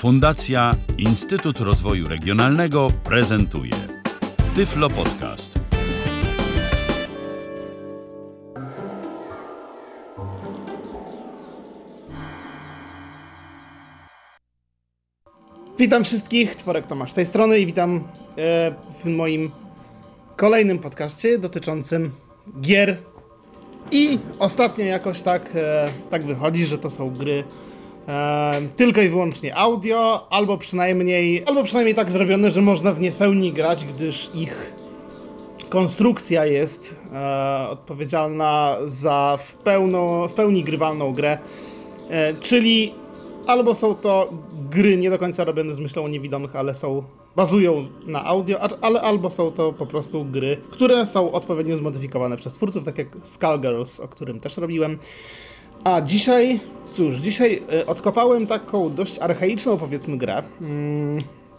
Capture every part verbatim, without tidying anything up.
Fundacja Instytut Rozwoju Regionalnego prezentuje Tyflo Podcast. Witam wszystkich, Tworek Tomasz z tej strony i witam e, w moim kolejnym podcaście dotyczącym gier. I ostatnio jakoś tak, e, tak wychodzi, że to są gry e, tylko i wyłącznie audio, albo przynajmniej, albo przynajmniej tak zrobione, że można w nie w pełni grać, gdyż ich konstrukcja jest e, odpowiedzialna za w, pełno, w pełni grywalną grę, e, czyli albo są to gry nie do końca robione z myślą o niewidomych, ale są, bazują na audio, ale albo są to po prostu gry, które są odpowiednio zmodyfikowane przez twórców, tak jak Skullgirls, o którym też robiłem. A dzisiaj, cóż, dzisiaj y, odkopałem taką dość archaiczną, powiedzmy, grę. Mm,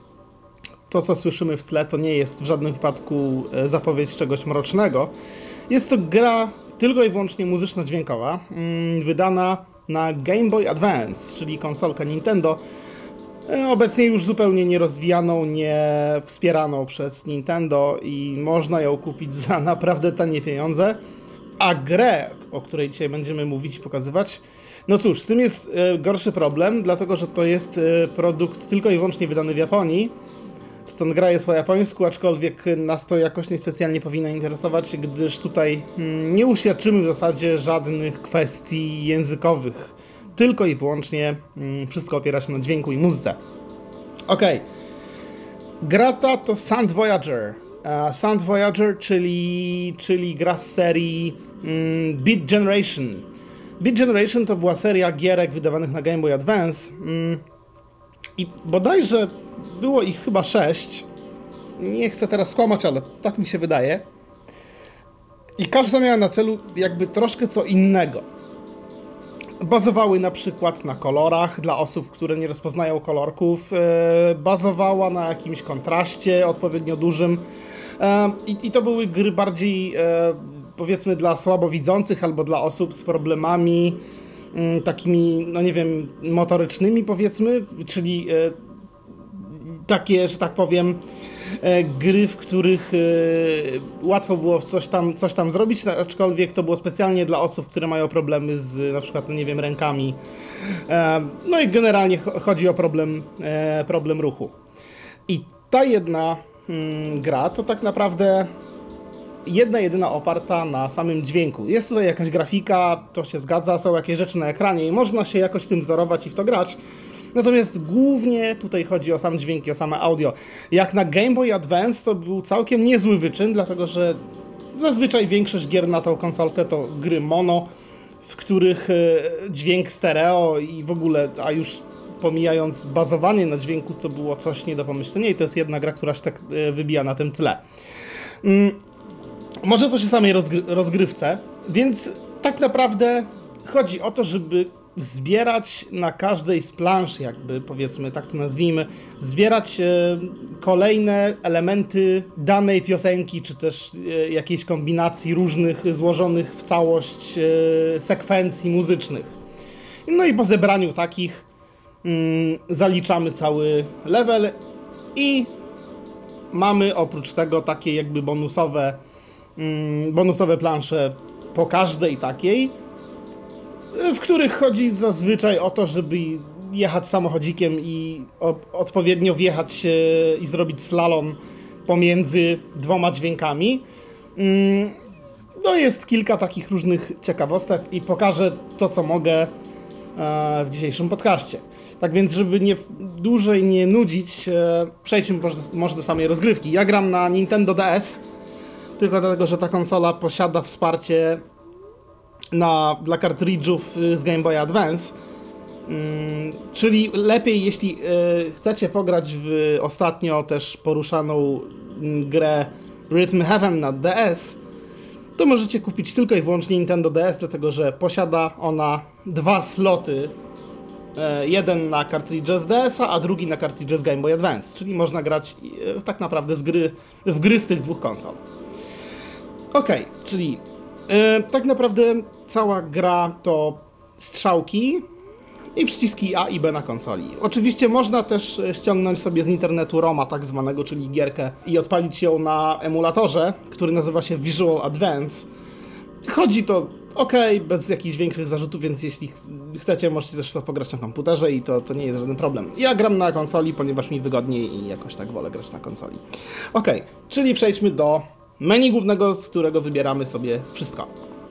to, co słyszymy w tle, to nie jest w żadnym wypadku y, zapowiedź czegoś mrocznego. Jest to gra tylko i wyłącznie muzyczno-dźwiękowa, y, wydana na Game Boy Advance, czyli konsolkę Nintendo, obecnie już zupełnie nierozwijaną, nie wspieraną przez Nintendo i można ją kupić za naprawdę tanie pieniądze. A grę, o której dzisiaj będziemy mówić i pokazywać, no cóż, z tym jest gorszy problem, dlatego że to jest produkt tylko i wyłącznie wydany w Japonii. Stąd gra jest po japońsku, aczkolwiek nas to jakoś niespecjalnie powinno interesować, gdyż tutaj nie uświadczymy w zasadzie żadnych kwestii językowych. Tylko i wyłącznie wszystko opiera się na dźwięku i muzyce. Okej. Gra ta to Sound Voyager. Uh, Sound Voyager, czyli, czyli gra z serii um, Beat Generation. Beat Generation to była seria gierek wydawanych na Game Boy Advance. Um, I bodajże było ich chyba sześć. Nie chcę teraz skłamać, ale tak mi się wydaje. I każda miała na celu jakby troszkę co innego. Bazowały na przykład na kolorach dla osób, które nie rozpoznają kolorków. Bazowała na jakimś kontraście odpowiednio dużym. I, i to były gry bardziej, powiedzmy, dla słabowidzących albo dla osób z problemami takimi, no nie wiem, motorycznymi, powiedzmy, czyli takie, że tak powiem, gry, w których łatwo było coś tam, coś tam zrobić, aczkolwiek to było specjalnie dla osób, które mają problemy z, na przykład, no nie wiem, rękami. No i generalnie chodzi o problem, problem ruchu. I ta jedna gra to tak naprawdę jedna jedyna oparta na samym dźwięku. Jest tutaj jakaś grafika, to się zgadza, są jakieś rzeczy na ekranie i można się jakoś tym wzorować i w to grać. Natomiast głównie tutaj chodzi o sam dźwięk i o same audio. Jak na Game Boy Advance to był całkiem niezły wyczyn, dlatego że zazwyczaj większość gier na tą konsolkę to gry mono, w których dźwięk stereo i w ogóle, a już pomijając bazowanie na dźwięku, to było coś nie do pomyślenia i to jest jedna gra, która się tak wybija na tym tle. Może coś o samej rozgry- rozgrywce, więc tak naprawdę chodzi o to, żeby zbierać na każdej z plansz, jakby powiedzmy, tak to nazwijmy, zbierać e, kolejne elementy danej piosenki, czy też e, jakiejś kombinacji różnych, złożonych w całość e, sekwencji muzycznych. No i po zebraniu takich mm, zaliczamy cały level i mamy oprócz tego takie jakby bonusowe, mm, bonusowe plansze po każdej takiej, w których chodzi zazwyczaj o to, żeby jechać samochodzikiem i o, odpowiednio wjechać e, i zrobić slalom pomiędzy dwoma dźwiękami. Mm, no jest kilka takich różnych ciekawostek i pokażę to, co mogę e, w dzisiejszym podcaście. Tak więc, żeby nie dłużej nie nudzić, e, przejdźmy może, może do samej rozgrywki. Ja gram na Nintendo D S, tylko dlatego, że ta konsola posiada wsparcie Na, dla kartridżów z Game Boy Advance, hmm, czyli lepiej, jeśli y, chcecie pograć w ostatnio też poruszaną grę Rhythm Heaven na D S, to możecie kupić tylko i wyłącznie Nintendo D S, dlatego że posiada ona dwa sloty, y, jeden na kartridże z D S-a, a drugi na kartridże z Game Boy Advance, czyli można grać y, tak naprawdę z gry, w gry z tych dwóch konsol. Okej, okay, czyli E, tak naprawdę cała gra to strzałki i przyciski A i B na konsoli. Oczywiście można też ściągnąć sobie z internetu ROMa tak zwanego, czyli gierkę i odpalić ją na emulatorze, który nazywa się Visual Advance. Chodzi to ok, bez jakichś większych zarzutów, więc jeśli chcecie, możecie też w to pograć na komputerze i to, to nie jest żaden problem. Ja gram na konsoli, ponieważ mi wygodniej i jakoś tak wolę grać na konsoli. Ok, czyli przejdźmy do menu głównego, z którego wybieramy sobie wszystko.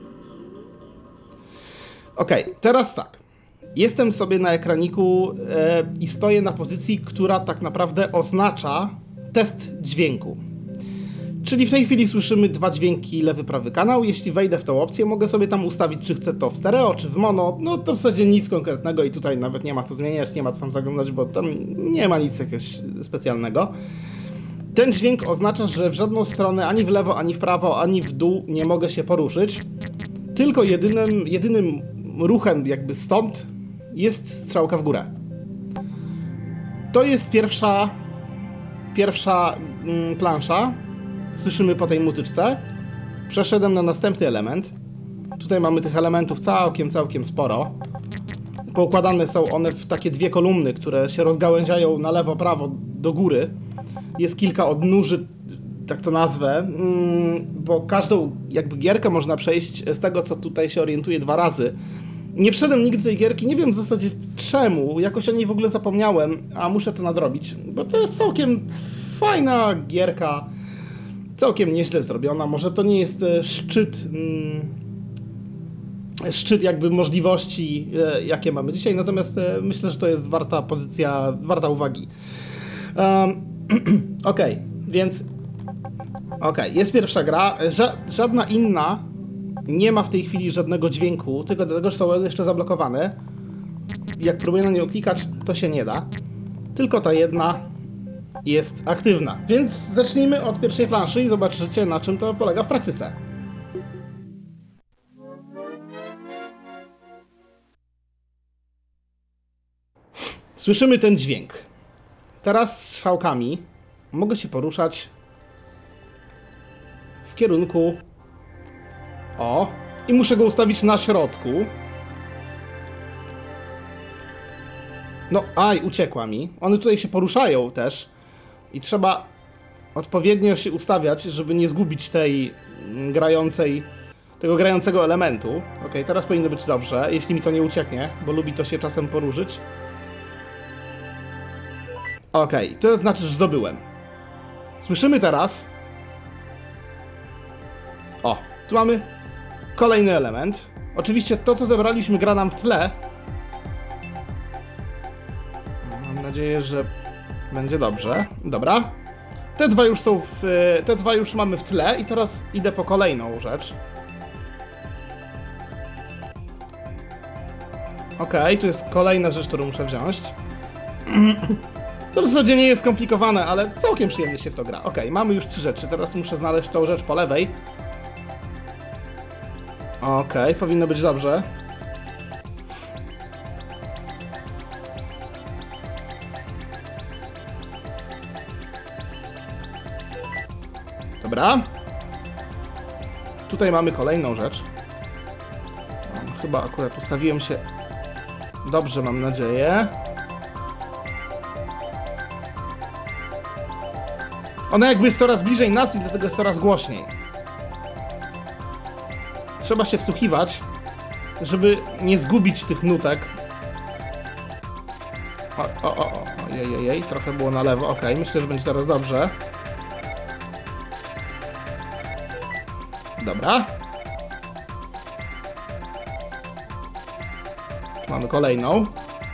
Ok, teraz tak. Jestem sobie na ekraniku e, i stoję na pozycji, która tak naprawdę oznacza test dźwięku. Czyli w tej chwili słyszymy dwa dźwięki, lewy, prawy kanał. Jeśli wejdę w tą opcję, mogę sobie tam ustawić, czy chcę to w stereo, czy w mono. No to w zasadzie nic konkretnego i tutaj nawet nie ma co zmieniać, nie ma co tam zaglądać, bo tam nie ma nic jakiegoś specjalnego. Ten dźwięk oznacza, że w żadną stronę, ani w lewo, ani w prawo, ani w dół nie mogę się poruszyć. Tylko jedynym, jedynym ruchem jakby stąd jest strzałka w górę. To jest pierwsza, pierwsza mm, plansza. Słyszymy po tej muzyczce. Przeszedłem na następny element. Tutaj mamy tych elementów całkiem, całkiem sporo. Poukładane są one w takie dwie kolumny, które się rozgałęziają na lewo, prawo, do góry. Jest kilka odnóży, tak to nazwę, bo każdą jakby gierkę można przejść z tego, co tutaj się orientuje, dwa razy. Nie wszedłem nigdy tej gierki, nie wiem w zasadzie czemu, jakoś o niej w ogóle zapomniałem, a muszę to nadrobić, bo to jest całkiem fajna gierka, całkiem nieźle zrobiona. Może to nie jest szczyt, mm, szczyt jakby możliwości, e, jakie mamy dzisiaj, natomiast e, myślę, że to jest warta pozycja, warta uwagi. Um, ok, więc ok, jest pierwsza gra, Ża żadna inna nie ma w tej chwili żadnego dźwięku, tylko dlatego, że są jeszcze zablokowane. Jak próbuję na nią klikać, to się nie da. Tylko ta jedna jest aktywna. Więc zacznijmy od pierwszej planszy i zobaczycie, na czym to polega w praktyce. Słyszymy ten dźwięk. Teraz strzałkami mogę się poruszać w kierunku... O, i muszę go ustawić na środku. No, aj, uciekła mi. One tutaj się poruszają też. I trzeba odpowiednio się ustawiać, żeby nie zgubić tej grającej, tego grającego elementu. Ok, teraz powinno być dobrze, jeśli mi to nie ucieknie, bo lubi to się czasem poruszyć. Ok, to znaczy, że zdobyłem. Słyszymy teraz... O, tu mamy kolejny element. Oczywiście to, co zebraliśmy, gra nam w tle. Mam nadzieję, że będzie dobrze. Dobra. Te dwa już są w... Te dwa już mamy w tle i teraz idę po kolejną rzecz. Ok, tu jest kolejna rzecz, którą muszę wziąć. To w zasadzie nie jest skomplikowane, ale całkiem przyjemnie się w to gra. Ok, mamy już trzy rzeczy. Teraz muszę znaleźć tą rzecz po lewej. Ok, powinno być dobrze. Dobra. Tutaj mamy kolejną rzecz. Chyba akurat ustawiłem się dobrze, mam nadzieję. Ona jakby jest coraz bliżej nas i dlatego jest coraz głośniej. Trzeba się wsłuchiwać, żeby nie zgubić tych nutek. O, o, o, o, jej, jej, jej, trochę było na lewo, ok, myślę, że będzie teraz dobrze. Dobra. Mamy kolejną.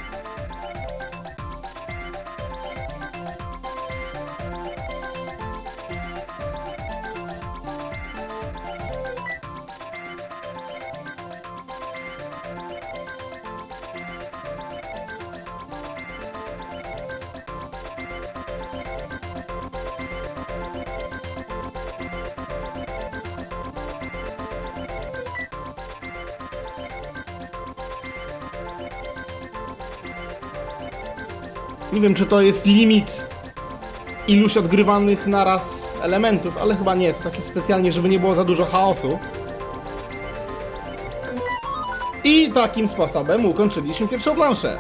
Nie wiem, czy to jest limit iluś odgrywanych naraz elementów, ale chyba nie, to takie specjalnie, żeby nie było za dużo chaosu. I I takim sposobem ukończyliśmy pierwszą planszę.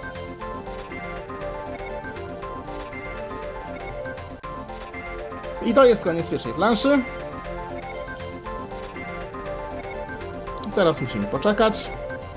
I to jest koniec pierwszej planszy. Teraz musimy poczekać.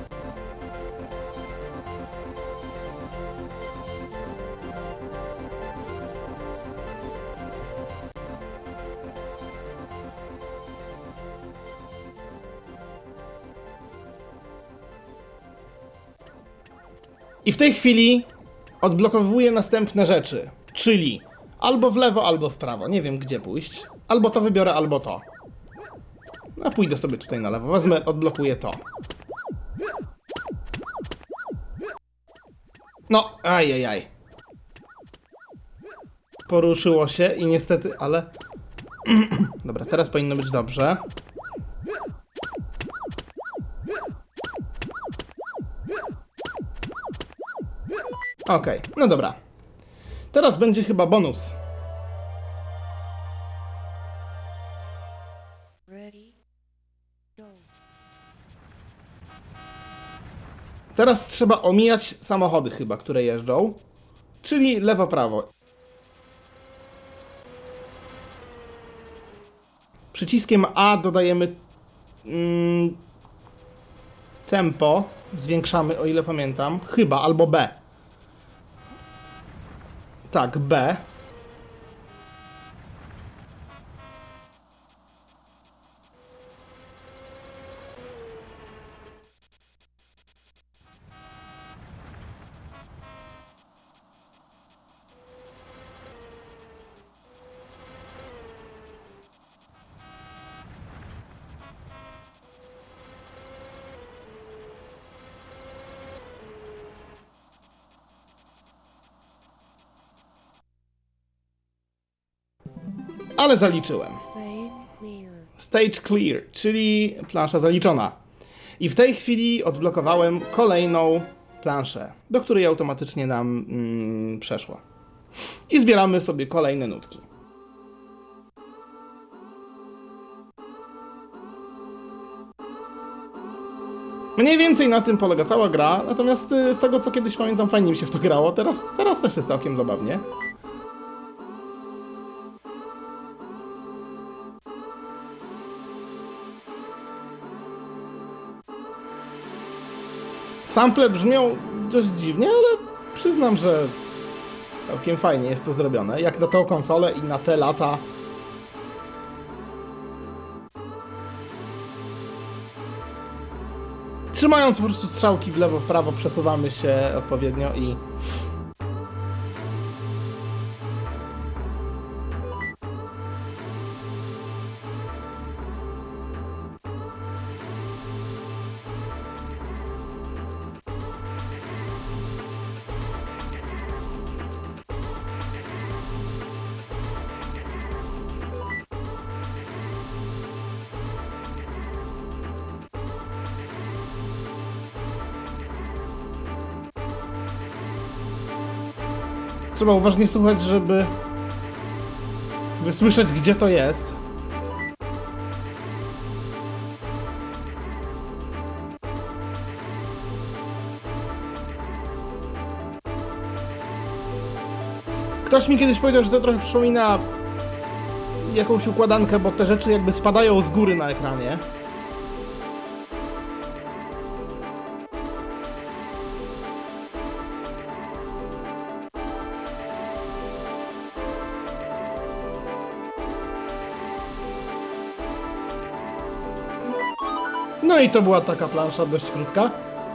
I w tej chwili odblokowuję następne rzeczy, czyli albo w lewo, albo w prawo. Nie wiem, gdzie pójść. Albo to wybiorę, albo to. A pójdę sobie tutaj na lewo. Wezmę, odblokuję to. No, ajajaj. Poruszyło się i niestety, ale... Dobra, teraz powinno być dobrze. Okej, okay, no dobra. Teraz będzie chyba bonus. Teraz trzeba omijać samochody chyba, które jeżdżą. Czyli lewo-prawo. Przyciskiem A dodajemy mm, tempo. Zwiększamy, o ile pamiętam. Chyba, albo B. Tak, B. Ale zaliczyłem. Stage clear, czyli plansza zaliczona. I w tej chwili odblokowałem kolejną planszę, do której automatycznie nam mm, przeszła. I zbieramy sobie kolejne nutki. Mniej więcej na tym polega cała gra, natomiast z tego, co kiedyś pamiętam, fajnie mi się w to grało. Teraz, teraz też jest całkiem zabawnie. Sample brzmią dość dziwnie, ale przyznam, że całkiem fajnie jest to zrobione. Jak na tą konsolę i na te lata. Trzymając po prostu strzałki w lewo, w prawo, przesuwamy się odpowiednio i... Trzeba uważnie słuchać, żeby wysłyszeć, gdzie to jest. Ktoś mi kiedyś powiedział, że to trochę przypomina jakąś układankę, bo te rzeczy jakby spadają z góry na ekranie. No i to była taka plansza dość krótka.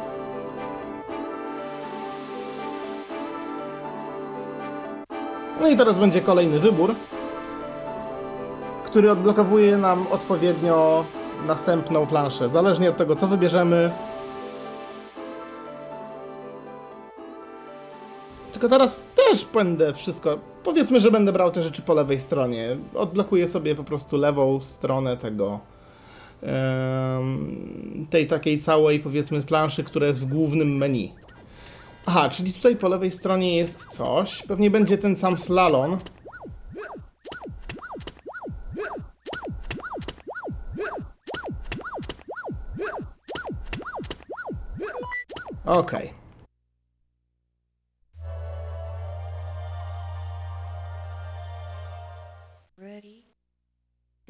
No i teraz będzie kolejny wybór, który odblokowuje nam odpowiednio następną planszę. Zależnie od tego, co wybierzemy. Tylko teraz też będę wszystko... Powiedzmy, że będę brał te rzeczy po lewej stronie. Odblokuję sobie po prostu lewą stronę tego... tej takiej całej, powiedzmy, planszy, która jest w głównym menu. Aha, czyli tutaj po lewej stronie jest coś. Pewnie będzie ten sam slalom. Okej. Ready, go.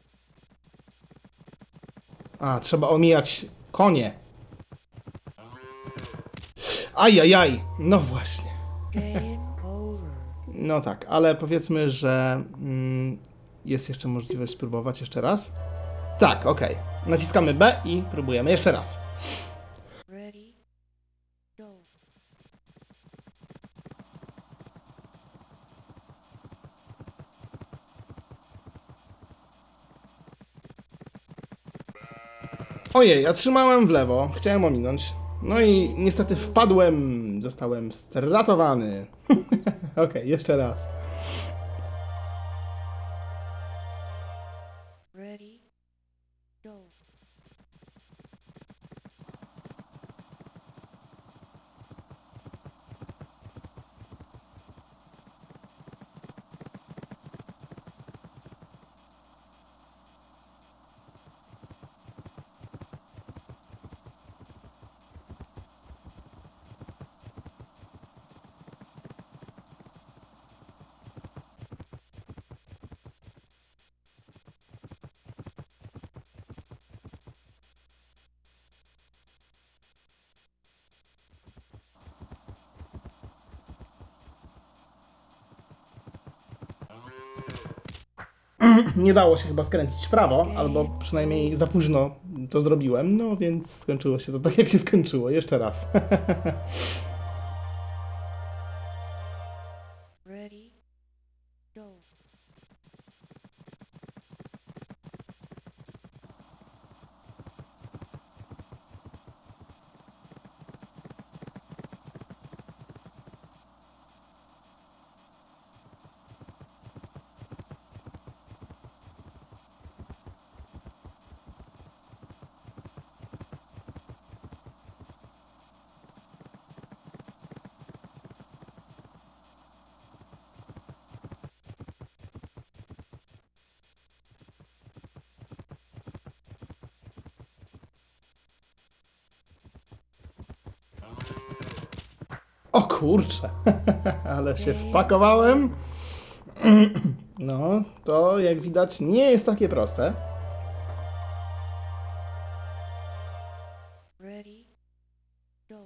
A, trzeba omijać konie. Ajajaj, no właśnie. Game over. No tak, ale powiedzmy, że mm, jest jeszcze możliwość spróbować jeszcze raz. Tak, okej. Naciskamy B i próbujemy jeszcze raz. Ready, go. Ojej, ja trzymałem w lewo, chciałem ominąć. No i niestety wpadłem, zostałem stratowany. Okej, jeszcze raz. Ready, go. Nie dało się chyba skręcić w prawo, albo przynajmniej za późno to zrobiłem, no więc skończyło się to tak, jak się skończyło. Jeszcze raz. Ready, go. O kurczę, ale się wpakowałem. No, to jak widać nie jest takie proste. Ready, go.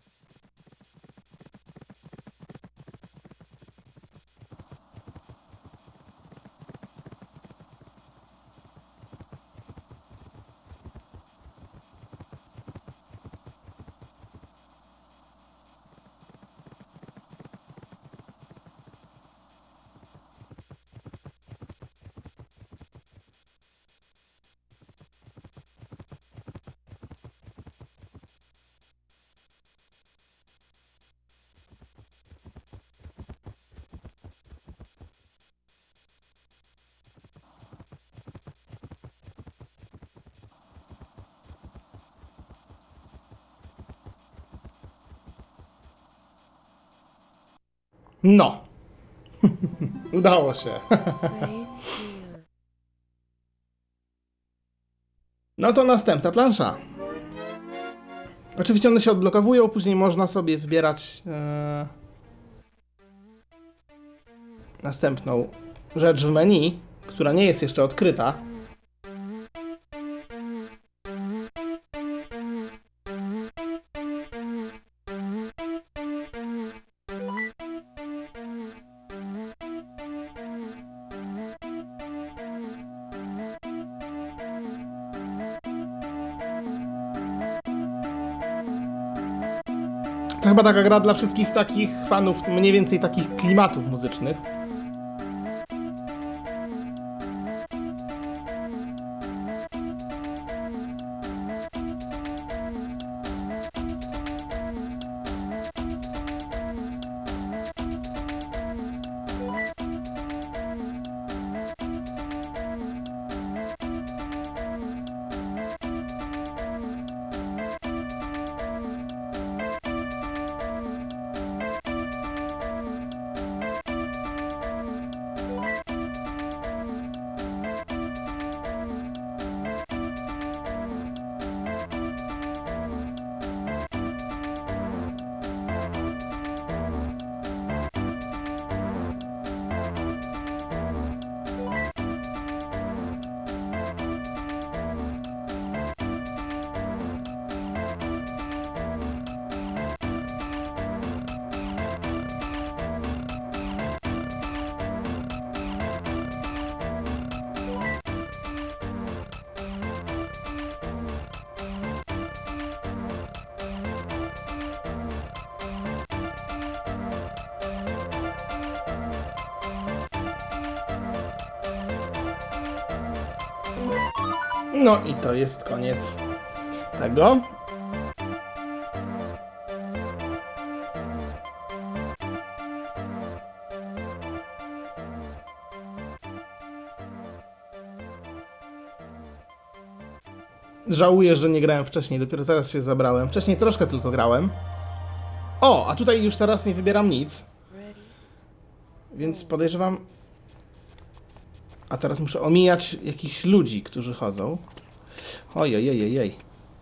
No. Udało się. Frame clear. No to następna plansza. Oczywiście one się odblokowują, później można sobie wybierać e, następną rzecz w menu, która nie jest jeszcze odkryta. To chyba taka gra dla wszystkich takich fanów mniej więcej takich klimatów muzycznych. No i to jest koniec tego. Żałuję, że nie grałem wcześniej, dopiero teraz się zabrałem. Wcześniej troszkę tylko grałem. O, a tutaj już teraz nie wybieram nic. Ready. Więc podejrzewam... A teraz muszę omijać jakichś ludzi, którzy chodzą. Ojej, ojej, ojej.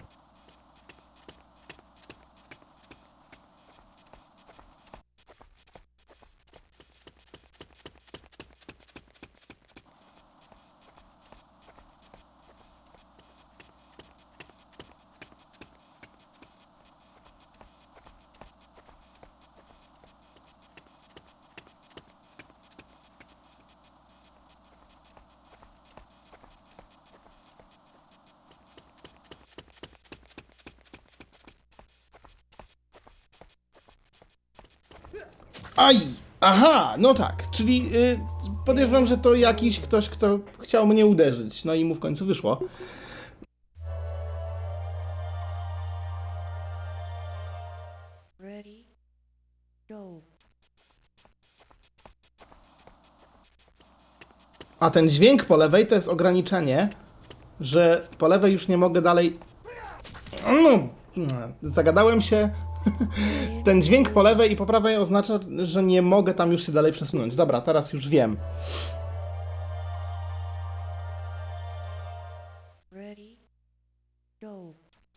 Aj! Aha, no tak, czyli y, podejrzewam, że to jakiś ktoś, kto chciał mnie uderzyć, no i mu w końcu wyszło. Ready. Go. A ten dźwięk po lewej to jest ograniczenie, że po lewej już nie mogę dalej... No, zagadałem się. Ten dźwięk po lewej i po prawej oznacza, że nie mogę tam już się dalej przesunąć. Dobra, teraz już wiem. Ready. Go.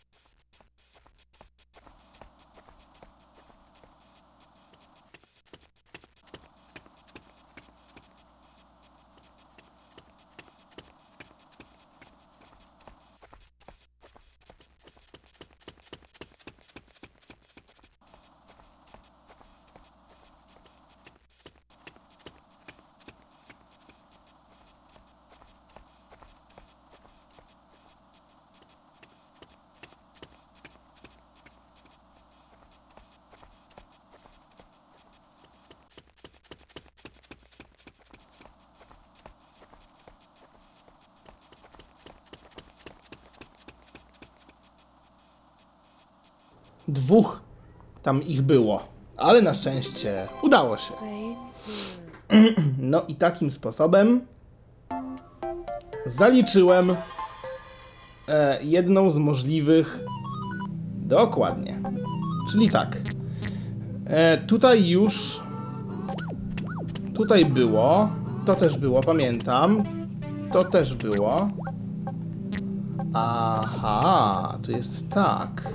Dwóch tam ich było, ale na szczęście udało się. Same here. No i takim sposobem zaliczyłem e, jedną z możliwych. Dokładnie. Czyli tak. E, tutaj już. Tutaj było. To też było, pamiętam. To też było. Aha, to jest tak.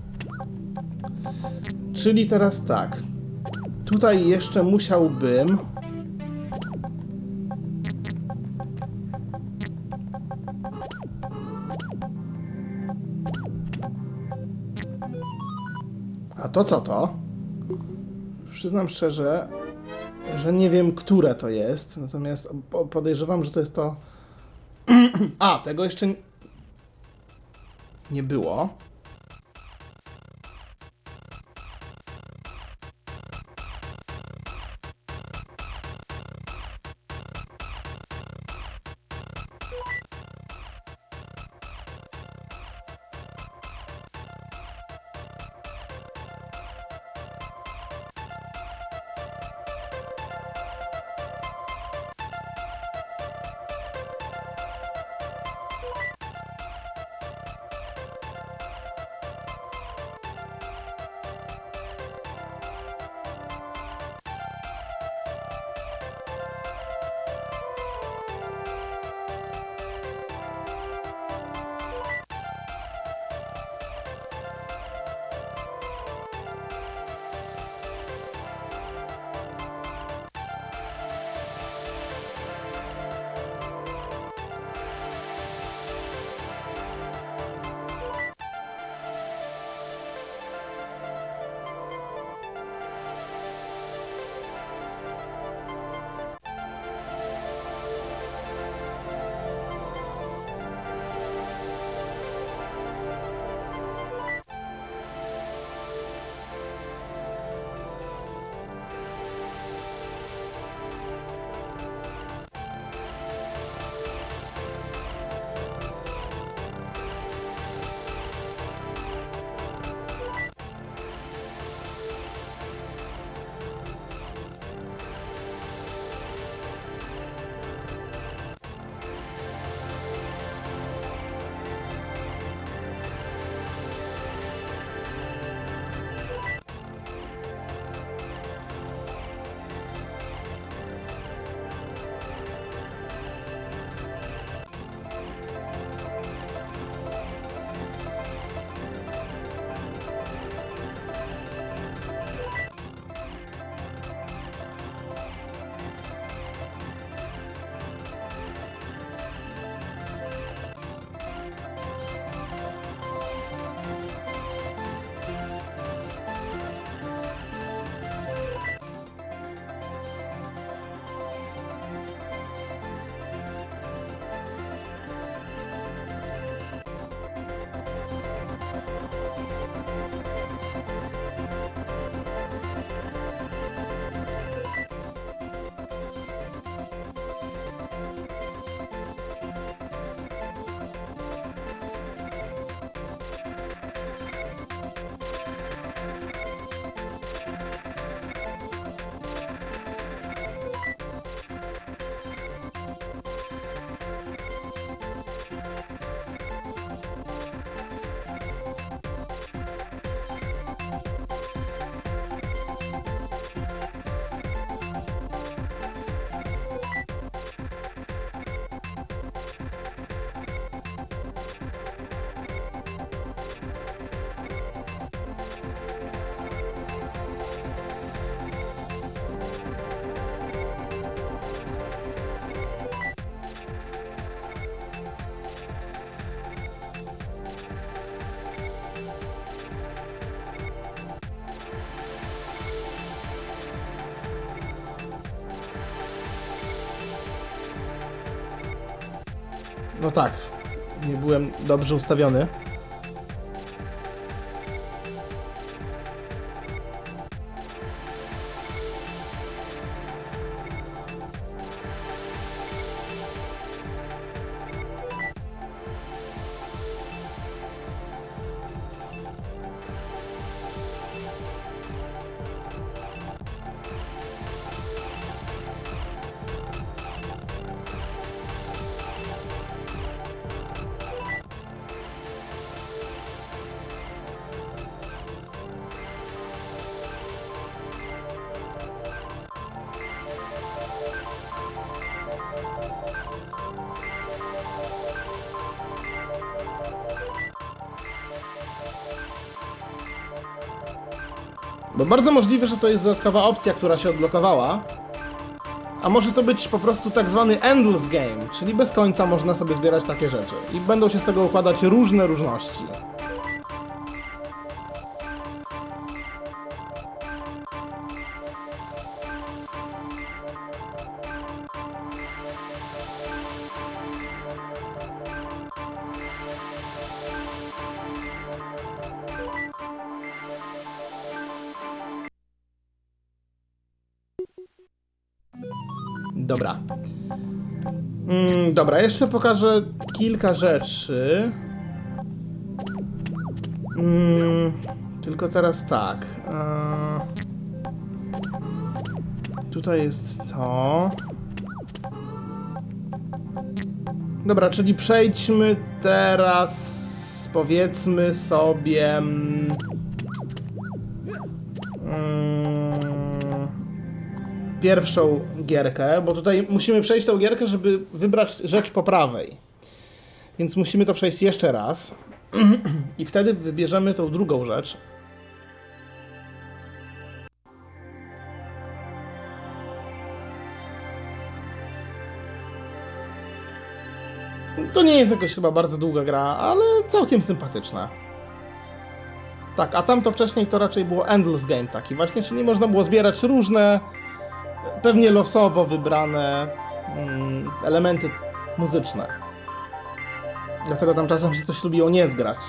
Czyli teraz tak. Tutaj jeszcze musiałbym. A to co to? Przyznam szczerze, że nie wiem, które to jest. Natomiast po- podejrzewam, że to jest to. A, tego jeszcze n- nie było. No tak, nie byłem dobrze ustawiony. Bo bardzo możliwe, że to jest dodatkowa opcja, która się odblokowała. A może to być po prostu tak zwany endless game, czyli bez końca można sobie zbierać takie rzeczy. I będą się z tego układać różne różności. Dobra. Mm, dobra, jeszcze pokażę kilka rzeczy. Mm, tylko teraz tak. Eee, tutaj jest to. Dobra, czyli przejdźmy teraz, powiedzmy sobie... Mm, pierwszą gierkę, bo tutaj musimy przejść tą gierkę, żeby wybrać rzecz po prawej. Więc musimy to przejść jeszcze raz. I wtedy wybierzemy tą drugą rzecz. To nie jest jakoś chyba bardzo długa gra, ale całkiem sympatyczna. Tak, a tamto wcześniej to raczej było endless game taki właśnie, czyli można było zbierać różne, pewnie losowo wybrane mm, elementy muzyczne. Dlatego tam czasem się coś lubiło nie zgrać.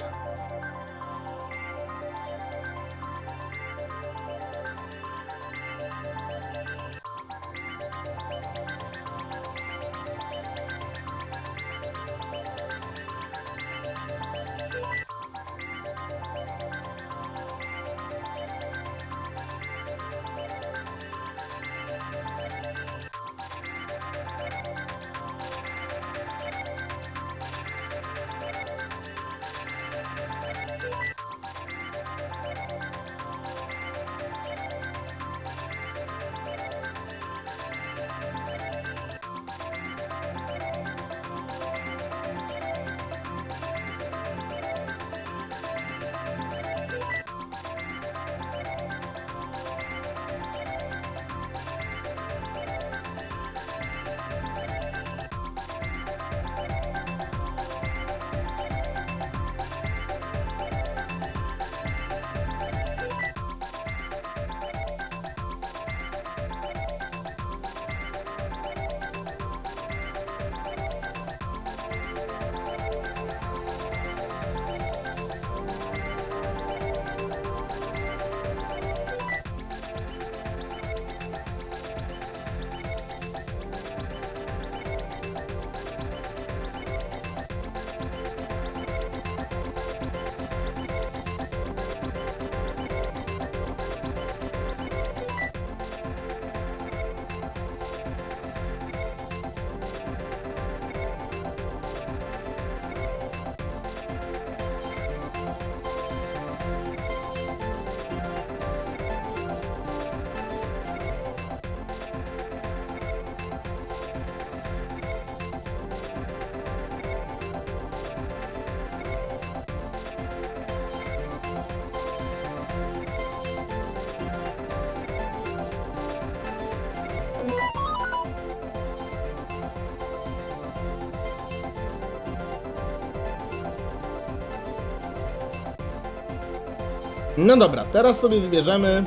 No dobra, teraz sobie wybierzemy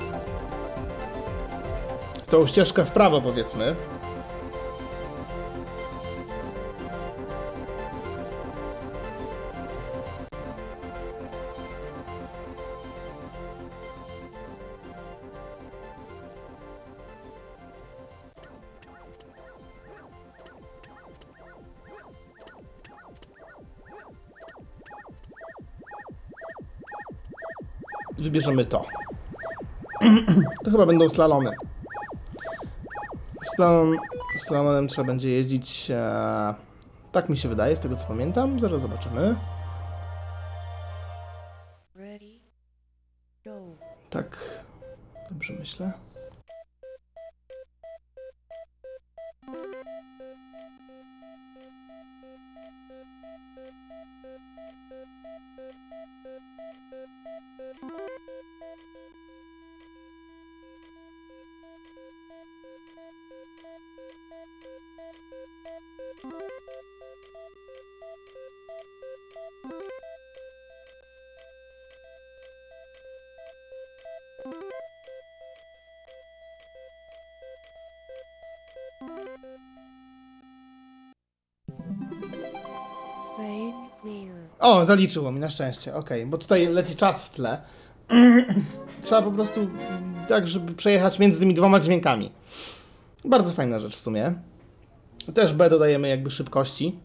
tą ścieżkę w prawo, powiedzmy. wybierzemy to. To chyba będą slalomy. Slalom, slalomem trzeba będzie jeździć, e, tak mi się wydaje, z tego co pamiętam. Zaraz zobaczymy. Ready, go. Tak, dobrze myślę. Staying clear. O, zaliczyło mi na szczęście, okej, bo tutaj leci czas w tle. Trzeba po prostu tak, żeby przejechać między tymi dwoma dźwiękami. Bardzo fajna rzecz w sumie. Też B dodajemy jakby szybkości.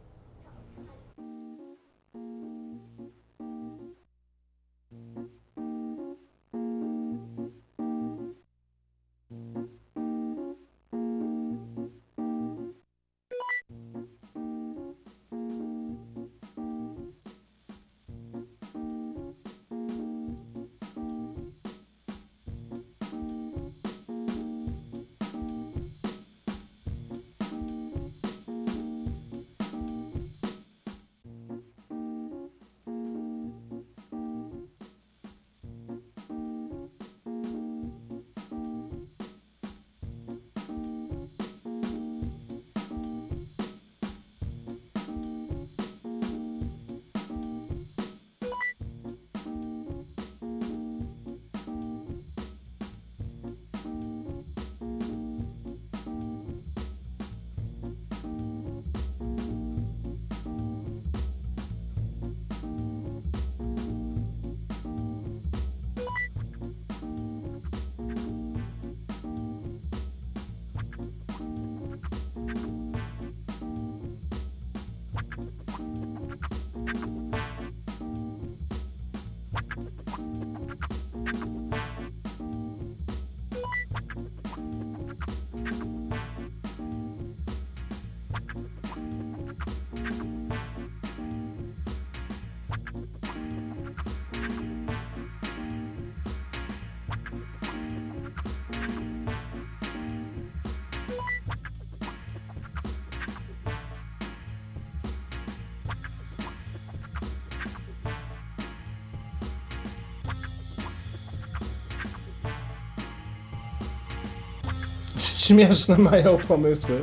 Śmieszne mają pomysły.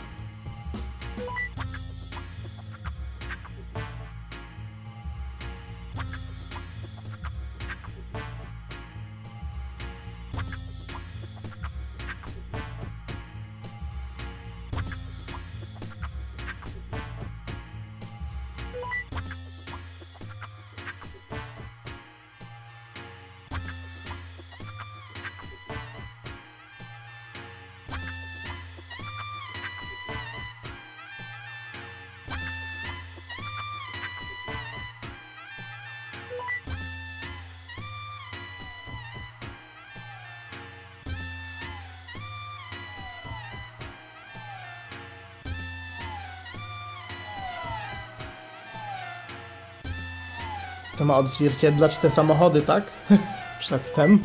To ma odzwierciedlać te samochody, tak? Przedtem.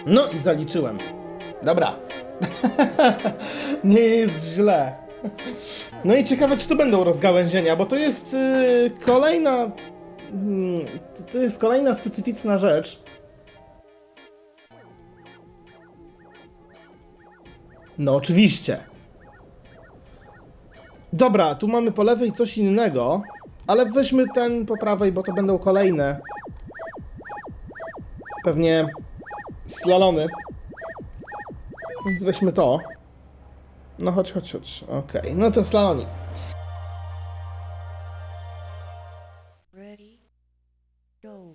No i zaliczyłem. Dobra. Nie jest źle. No i ciekawe, czy to będą rozgałęzienia, bo to jest yy, kolejna... Yy, to, to jest kolejna specyficzna rzecz. No oczywiście. Dobra, tu mamy po lewej coś innego, ale weźmy ten po prawej, bo to będą kolejne. Pewnie slalony. Więc weźmy to. No chodź, chodź, chodź. Okej, okay. No to slalonik. Ready, go.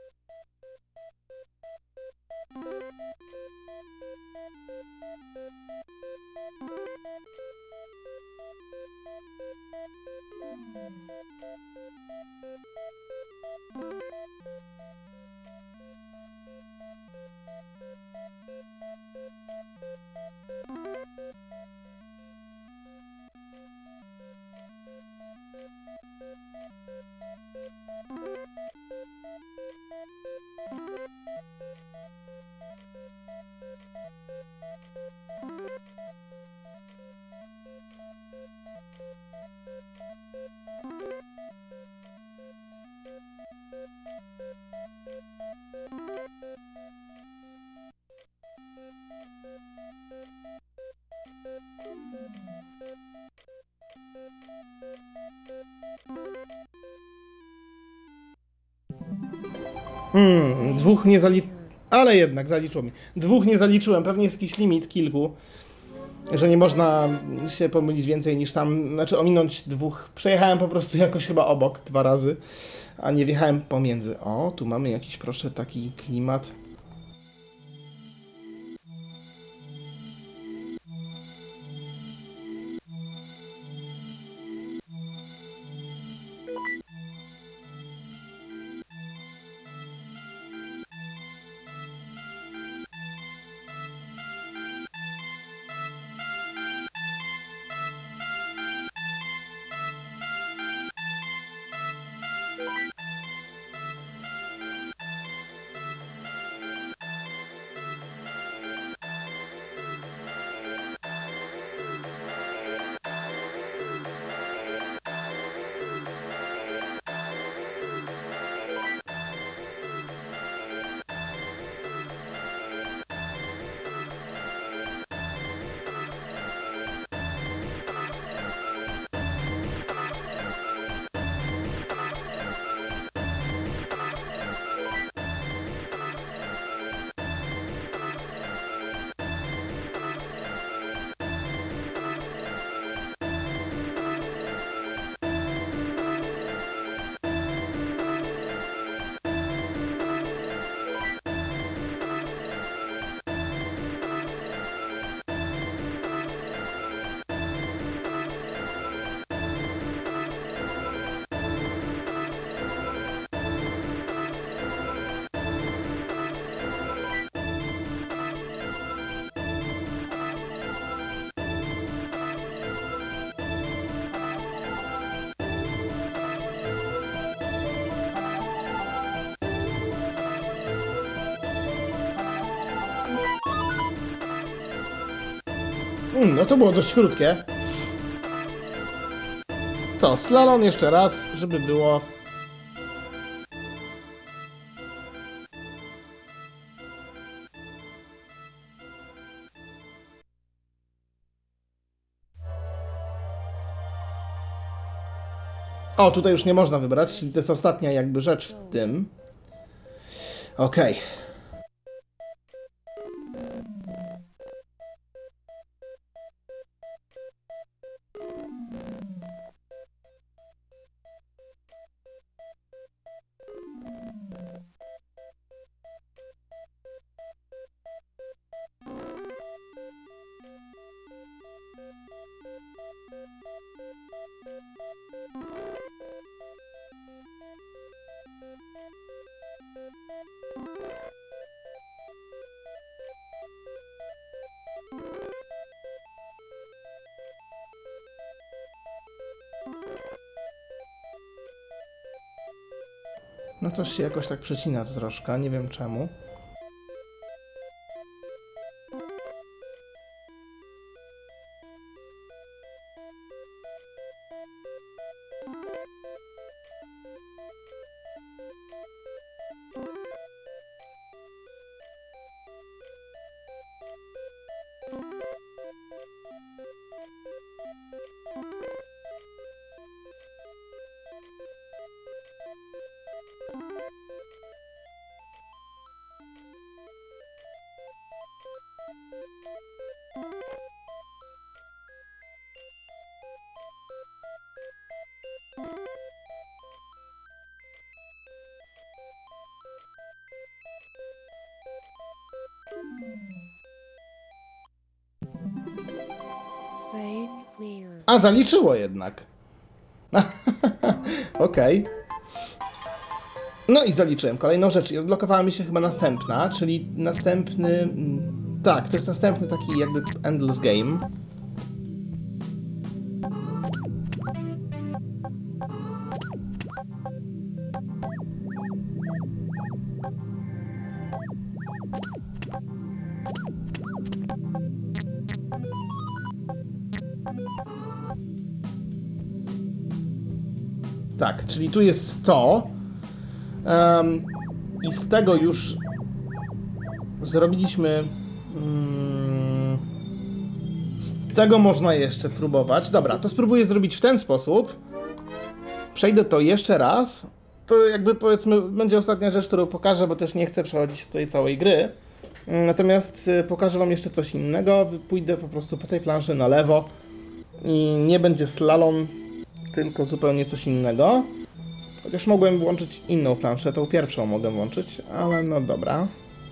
Hmm, dwóch nie zaliczyłem, ale jednak zaliczyło mi. Dwóch nie zaliczyłem, pewnie jest jakiś limit kilku, że nie można się pomylić więcej niż tam, znaczy ominąć dwóch. Przejechałem po prostu jakoś chyba obok dwa razy, a nie wjechałem pomiędzy. O, tu mamy jakiś, proszę, taki klimat. Mm, no to było dość krótkie. Co, slalom jeszcze raz, żeby było... O, tutaj już nie można wybrać, czyli to jest ostatnia jakby rzecz w tym. Okej. Okay. No coś się jakoś tak przecina to troszkę, nie wiem czemu. A, zaliczyło jednak. Okej. Okay. No i zaliczyłem kolejną rzecz i odblokowała mi się chyba następna, czyli następny... Tak, to jest następny taki jakby endless game. Tak, czyli tu jest to. Um, I z tego już zrobiliśmy... Um, z tego można jeszcze próbować. Dobra, to spróbuję zrobić w ten sposób. Przejdę to jeszcze raz. To jakby powiedzmy będzie ostatnia rzecz, którą pokażę, bo też nie chcę przechodzić tej całej gry. Natomiast pokażę wam jeszcze coś innego. Pójdę po prostu po tej planszy na lewo. I nie będzie slalom, tylko zupełnie coś innego. Chociaż mogłem włączyć inną planszę, tą pierwszą mogę włączyć, ale no dobra.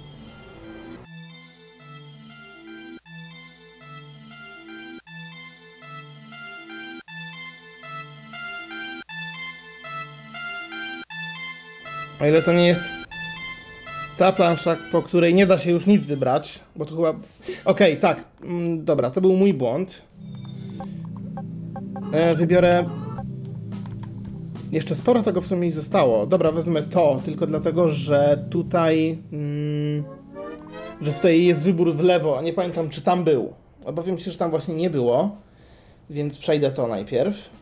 O ile to nie jest ta plansza, po której nie da się już nic wybrać, bo to chyba... Okej, okay, tak, mm, dobra, to był mój błąd. E, wybiorę... Jeszcze sporo tego w sumie mi zostało. Dobra, wezmę to, tylko dlatego, że tutaj... Mm, że tutaj jest wybór w lewo, a nie pamiętam, czy tam był. Obawiam się, że tam właśnie nie było, więc przejdę to najpierw.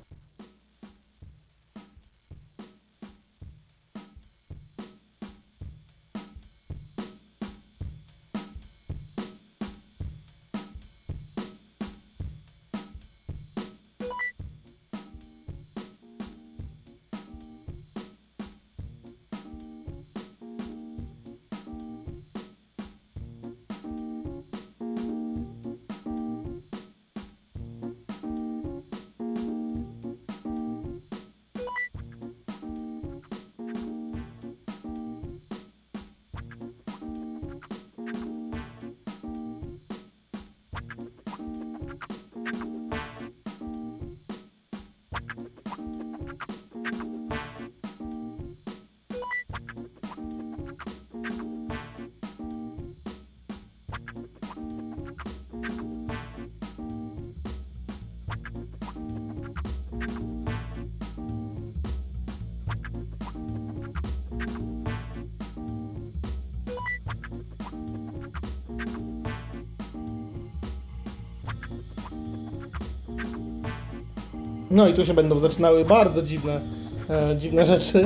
No i tu się będą zaczynały bardzo dziwne, e, dziwne rzeczy.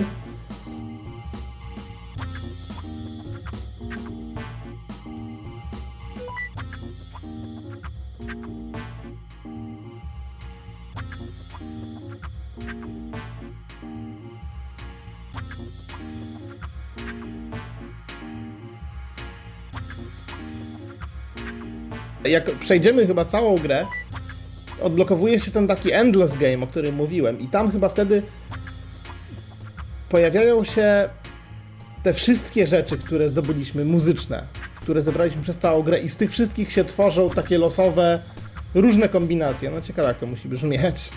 Jak przejdziemy chyba całą grę, odblokowuje się ten taki endless game, o którym mówiłem, i tam chyba wtedy pojawiają się te wszystkie rzeczy, które zdobyliśmy, muzyczne, które zebraliśmy przez całą grę, i z tych wszystkich się tworzą takie losowe, różne kombinacje. No ciekawe, jak to musi brzmieć.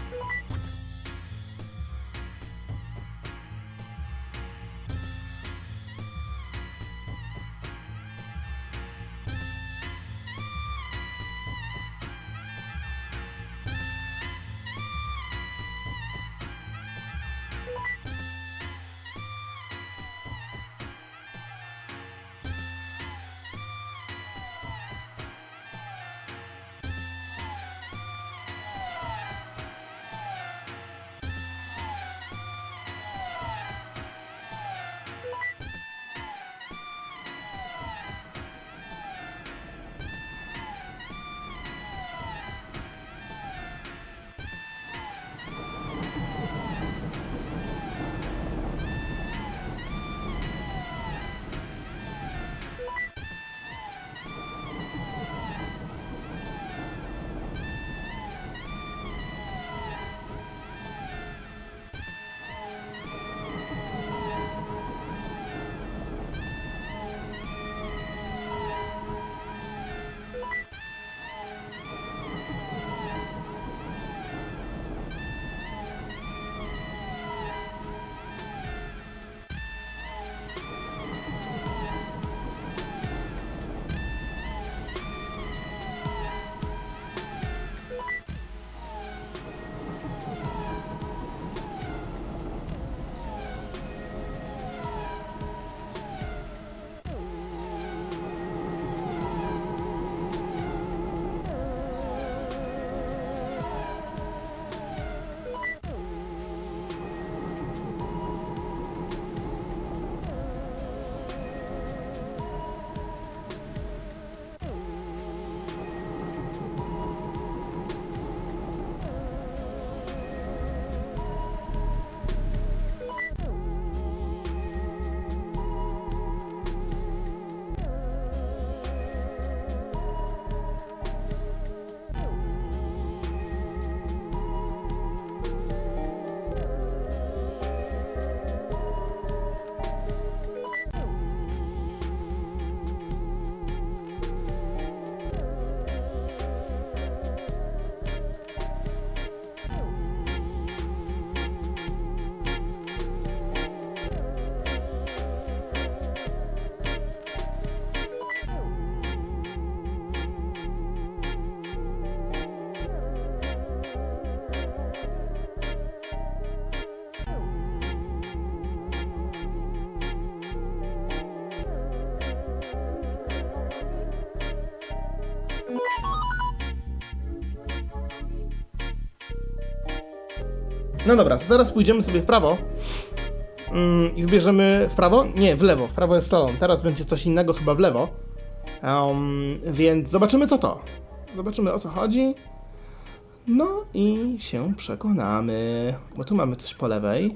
No dobra, to zaraz pójdziemy sobie w prawo mm, i wybierzemy w prawo? Nie, w lewo. W prawo jest salon. Teraz będzie coś innego chyba w lewo. Um, więc zobaczymy co to. Zobaczymy o co chodzi. No i się przekonamy. Bo tu mamy coś po lewej.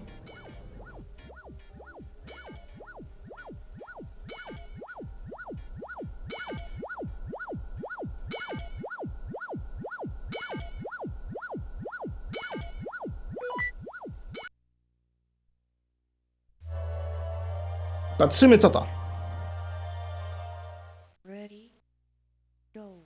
Patrzymy co to. Ready, go.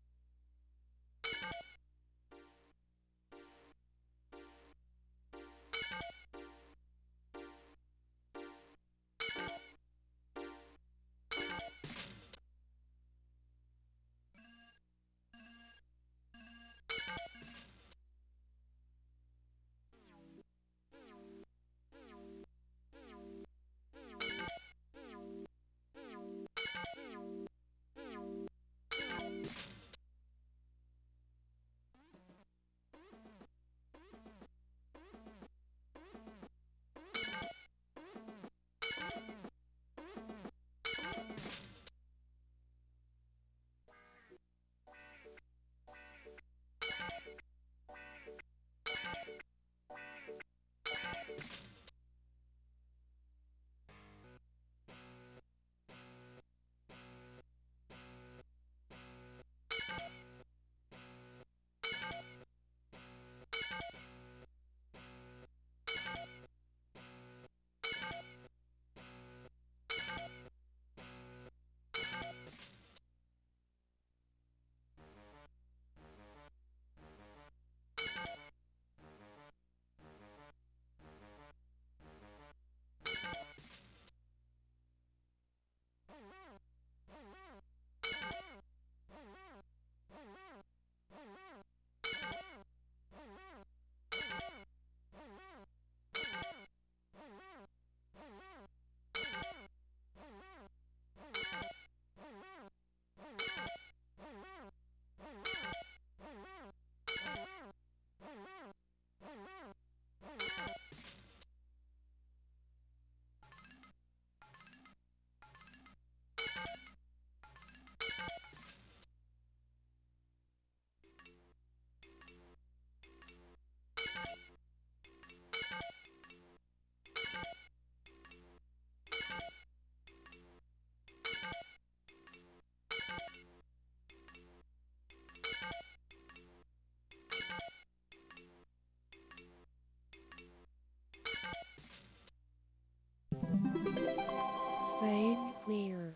Stay clear.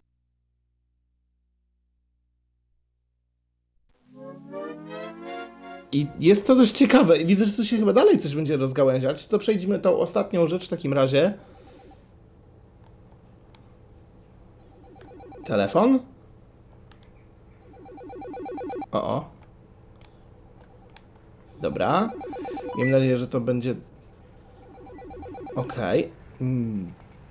I jest to dość ciekawe. I widzę, że tu się chyba dalej coś będzie rozgałęziać. To przejdźmy tą ostatnią rzecz w takim razie. Telefon? O, o. Dobra. Mam nadzieję, że to będzie... Okej. Okay. Hmm.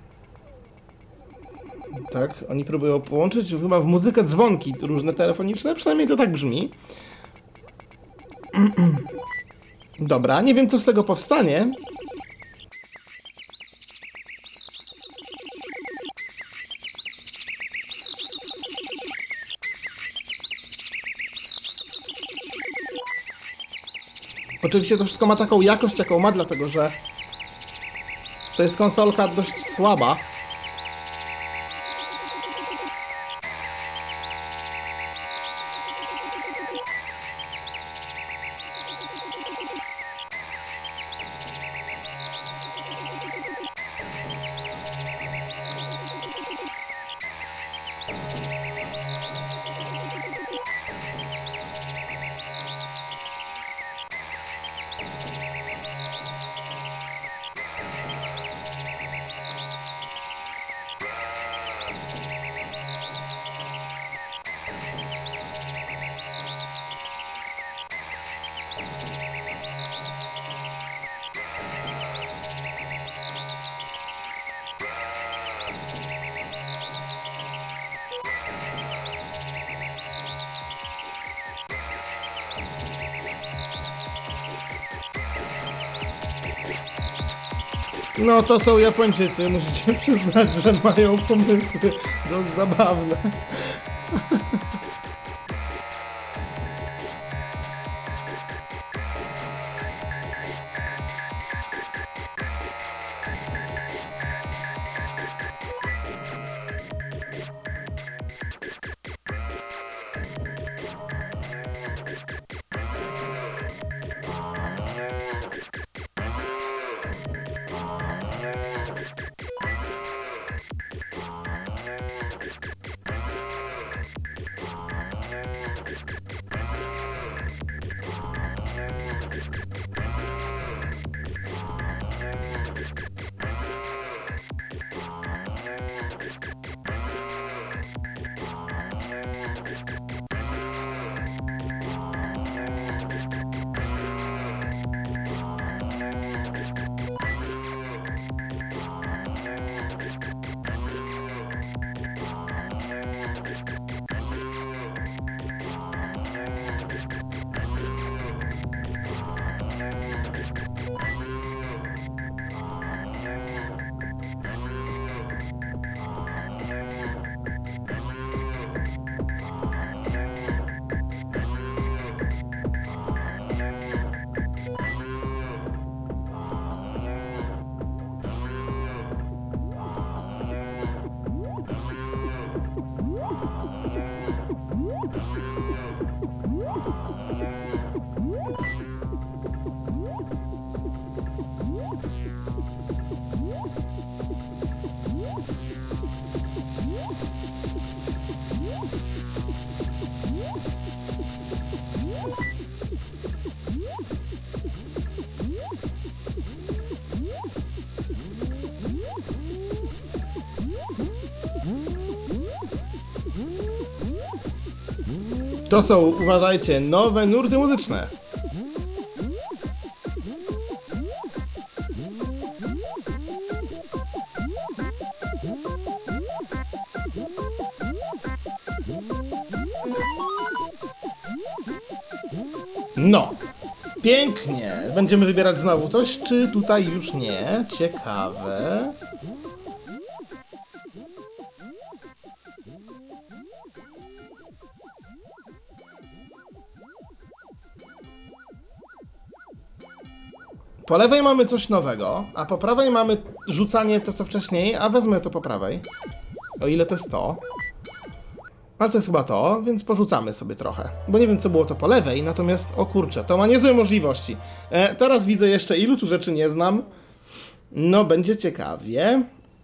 Tak, oni próbują połączyć chyba w muzykę dzwonki różne telefoniczne, przynajmniej to tak brzmi. Dobra, nie wiem co z tego powstanie. Oczywiście to wszystko ma taką jakość, jaką ma, dlatego że to jest konsolka dość słaba. No to są Japończycy, musicie przyznać, że mają pomysły dość zabawne. To są, uważajcie, nowe nurty muzyczne. No, pięknie. Będziemy wybierać znowu coś, czy tutaj już nie? Ciekawe. Po lewej mamy coś nowego, a po prawej mamy rzucanie to co wcześniej, a wezmę to po prawej. O ile to jest to. Ale to jest chyba to, więc porzucamy sobie trochę. Bo nie wiem co było to po lewej, natomiast o kurczę, to ma niezłe możliwości. E, teraz widzę jeszcze ilu tu rzeczy nie znam. No będzie ciekawie.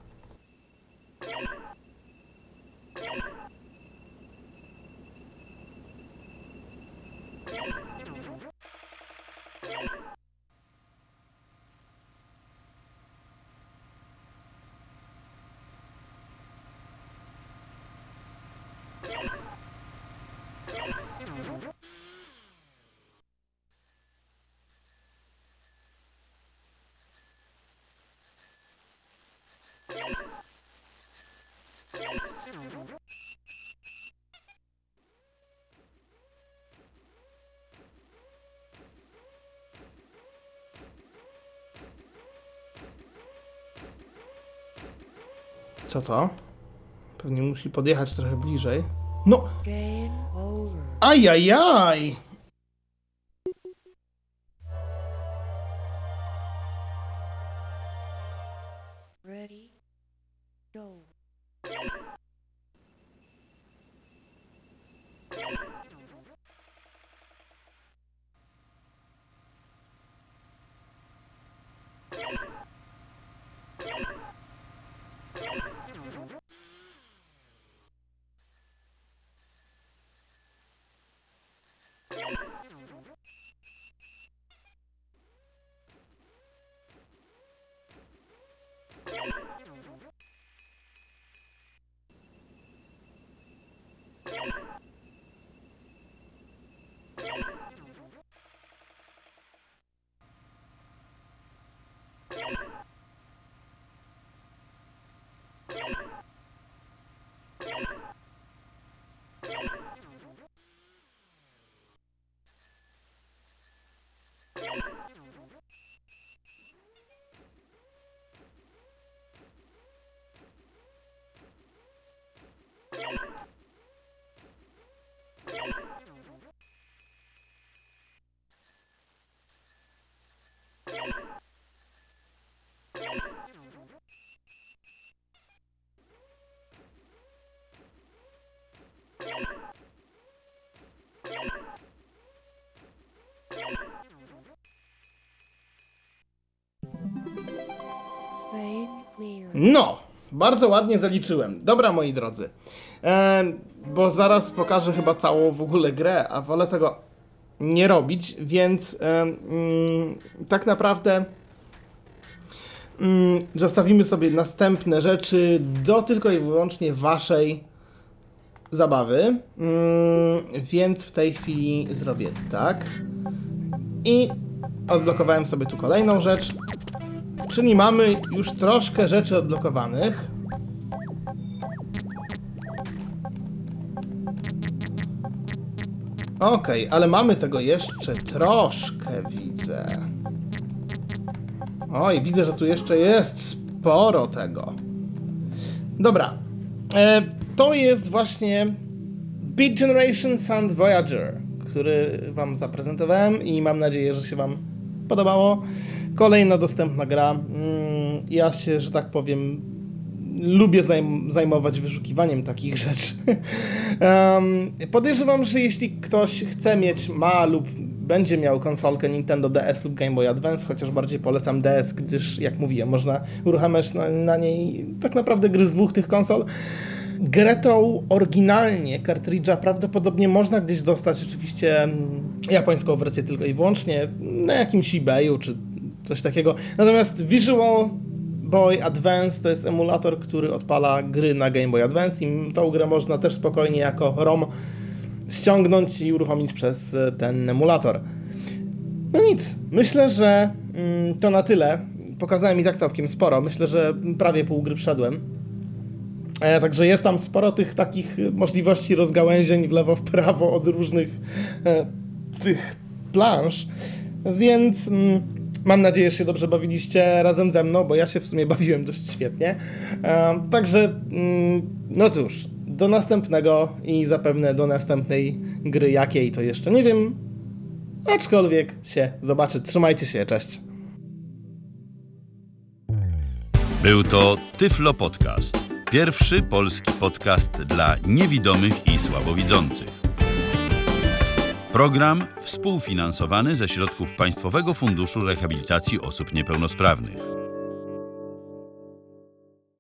Co to? Pewnie musi podjechać trochę bliżej. No! Game over. Ajajaj! Ready, go. Playing clear. No, bardzo ładnie zaliczyłem. Dobra, moi drodzy. E, bo zaraz pokażę chyba całą w ogóle grę, a wolę tego nie robić, więc e, mm, tak naprawdę mm, zostawimy sobie następne rzeczy do tylko i wyłącznie waszej zabawy. Mm, więc w tej chwili zrobię tak. I odblokowałem sobie tu kolejną rzecz. Czyli mamy już troszkę rzeczy odblokowanych. Okej, okay, ale mamy tego jeszcze troszkę, widzę. Oj, widzę, że tu jeszcze jest sporo tego. Dobra. E, to jest właśnie Beat Generation Sand Voyager, który wam zaprezentowałem i mam nadzieję, że się wam podobało. Kolejna dostępna gra. Ja się, że tak powiem, lubię zajm- zajmować wyszukiwaniem takich rzeczy. um, podejrzewam, że jeśli ktoś chce mieć, ma lub będzie miał konsolkę Nintendo D S lub Game Boy Advance, chociaż bardziej polecam D S, gdyż, jak mówiłem, można uruchamiać na, na niej tak naprawdę gry z dwóch tych konsol. Grę tą oryginalnie kartridża prawdopodobnie można gdzieś dostać, oczywiście japońską wersję tylko i wyłącznie, na jakimś eBayu czy coś takiego. Natomiast Visual Boy Advance to jest emulator, który odpala gry na Game Boy Advance i tą grę można też spokojnie jako ROM ściągnąć i uruchomić przez ten emulator. No nic, myślę, że mm, to na tyle. Pokazałem i tak całkiem sporo. Myślę, że prawie pół gry wszedłem. E, także jest tam sporo tych takich możliwości rozgałęzień w lewo, w prawo od różnych e, tych plansz. Więc mm, mam nadzieję, że się dobrze bawiliście razem ze mną, bo ja się w sumie bawiłem dość świetnie. E, także, mm, no cóż, do następnego i zapewne do następnej gry, jakiej to jeszcze nie wiem, aczkolwiek się zobaczy. Trzymajcie się, cześć. Był to Tyflo Podcast. Pierwszy polski podcast dla niewidomych i słabowidzących. Program współfinansowany ze środków Państwowego Funduszu Rehabilitacji Osób Niepełnosprawnych.